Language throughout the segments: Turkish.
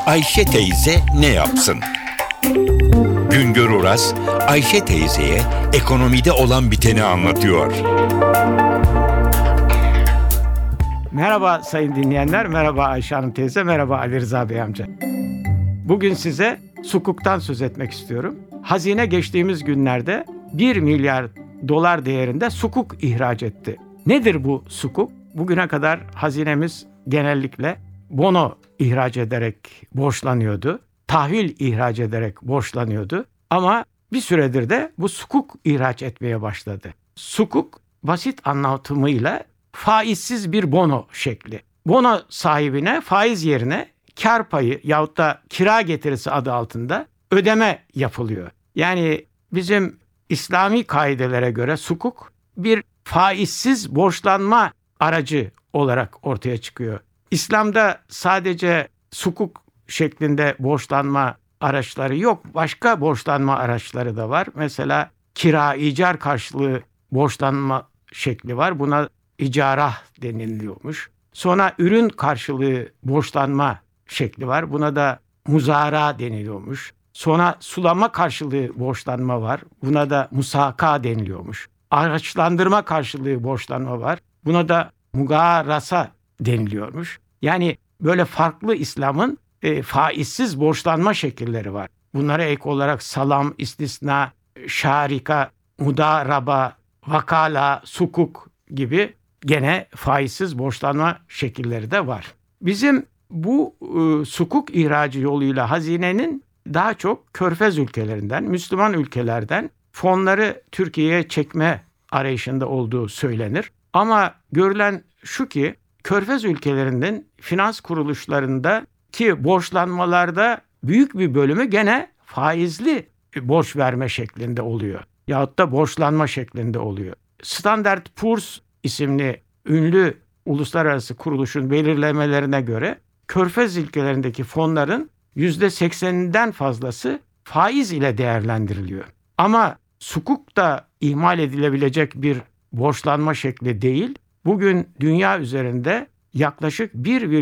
Ayşe teyze ne yapsın? Güngör Oras, Ayşe teyzeye ekonomide olan biteni anlatıyor. Merhaba sayın dinleyenler, merhaba Ayşe Hanım teyze, merhaba Ali Rıza Bey amca. Bugün size sukuktan söz etmek istiyorum. Hazine geçtiğimiz günlerde 1 milyar dolar değerinde sukuk ihraç etti. Nedir bu sukuk? Bugüne kadar hazinemiz genellikle bono ihraç ederek borçlanıyordu. Tahvil ihraç ederek borçlanıyordu. Ama bir süredir de bu sukuk ihraç etmeye başladı. Sukuk basit anlatımıyla faizsiz bir bono şekli. Bono sahibine faiz yerine kar payı yahut da kira getirisi adı altında ödeme yapılıyor. Yani bizim İslami kaidelere göre sukuk bir faizsiz borçlanma aracı olarak ortaya çıkıyor. İslam'da sadece sukuk şeklinde borçlanma araçları yok. Başka borçlanma araçları da var. Mesela kira, icar karşılığı borçlanma şekli var. Buna icarah deniliyormuş. Sonra ürün karşılığı borçlanma şekli var. Buna da muzara deniliyormuş. Sonra sulama karşılığı borçlanma var. Buna da musaka deniliyormuş. Araçlandırma karşılığı borçlanma var. Buna da mugarasa deniliyormuş. Yani böyle farklı İslam'ın faizsiz borçlanma şekilleri var. Bunlara ek olarak salam, istisna, şarika, mudaraba, vakala, sukuk gibi gene faizsiz borçlanma şekilleri de var. Bizim bu sukuk ihracı yoluyla hazinenin daha çok Körfez ülkelerinden, Müslüman ülkelerden fonları Türkiye'ye çekme arayışında olduğu söylenir. Ama görülen şu ki Körfez ülkelerinin finans kuruluşlarında ki borçlanmalarda büyük bir bölümü gene faizli borç verme şeklinde oluyor. Yahut da borçlanma şeklinde oluyor. Standard Poor's isimli ünlü uluslararası kuruluşun belirlemelerine göre Körfez ülkelerindeki fonların %80'inden fazlası faiz ile değerlendiriliyor. Ama sukuk da ihmal edilebilecek bir borçlanma şekli değil. Bugün dünya üzerinde yaklaşık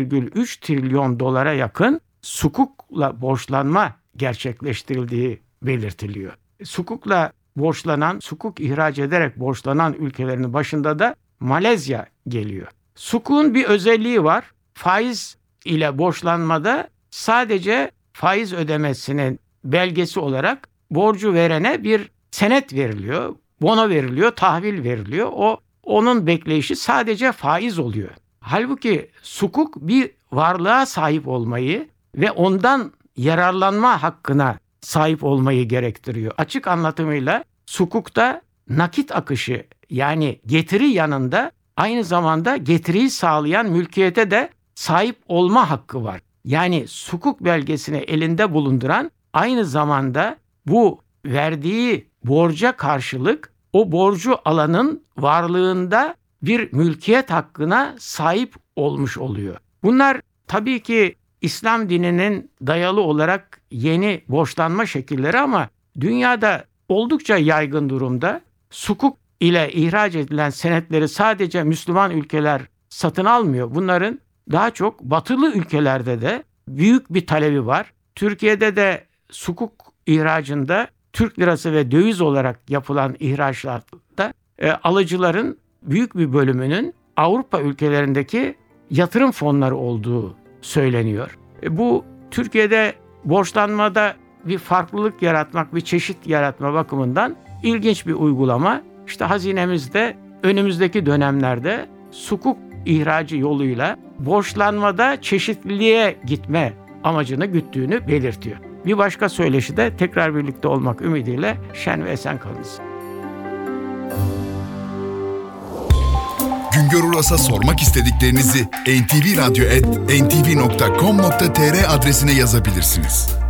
1,3 trilyon dolara yakın sukukla borçlanma gerçekleştirildiği belirtiliyor. Sukukla borçlanan, sukuk ihraç ederek borçlanan ülkelerin başında da Malezya geliyor. Sukukun bir özelliği var. Faiz ile borçlanmada sadece faiz ödemesinin belgesi olarak borcu verene bir senet veriliyor, bono veriliyor, tahvil veriliyor. Onun bekleyişi sadece faiz oluyor. Halbuki sukuk bir varlığa sahip olmayı ve ondan yararlanma hakkına sahip olmayı gerektiriyor. Açık anlatımıyla sukukta nakit akışı yani getiri yanında aynı zamanda getiriyi sağlayan mülkiyete de sahip olma hakkı var. Yani sukuk belgesini elinde bulunduran aynı zamanda bu verdiği borca karşılık o borcu alanın varlığında bir mülkiyet hakkına sahip olmuş oluyor. Bunlar tabii ki İslam dininin dayalı olarak yeni borçlanma şekilleri ama dünyada oldukça yaygın durumda. Sukuk ile ihraç edilen senetleri sadece Müslüman ülkeler satın almıyor. Bunların daha çok batılı ülkelerde de büyük bir talebi var. Türkiye'de de sukuk ihracında Türk lirası ve döviz olarak yapılan ihraçlarda alıcıların büyük bir bölümünün Avrupa ülkelerindeki yatırım fonları olduğu söyleniyor. Bu Türkiye'de borçlanmada bir farklılık yaratmak, bir çeşit yaratma bakımından ilginç bir uygulama. İşte hazinemizde önümüzdeki dönemlerde sukuk ihracı yoluyla borçlanmada çeşitliliğe gitme amacını güttüğünü belirtiyor. Bir başka söyleşide tekrar birlikte olmak ümidiyle şen ve esen kalınız. Güngör Uras'a sormak istediklerinizi ntvradio@ntv.com.tr adresine yazabilirsiniz.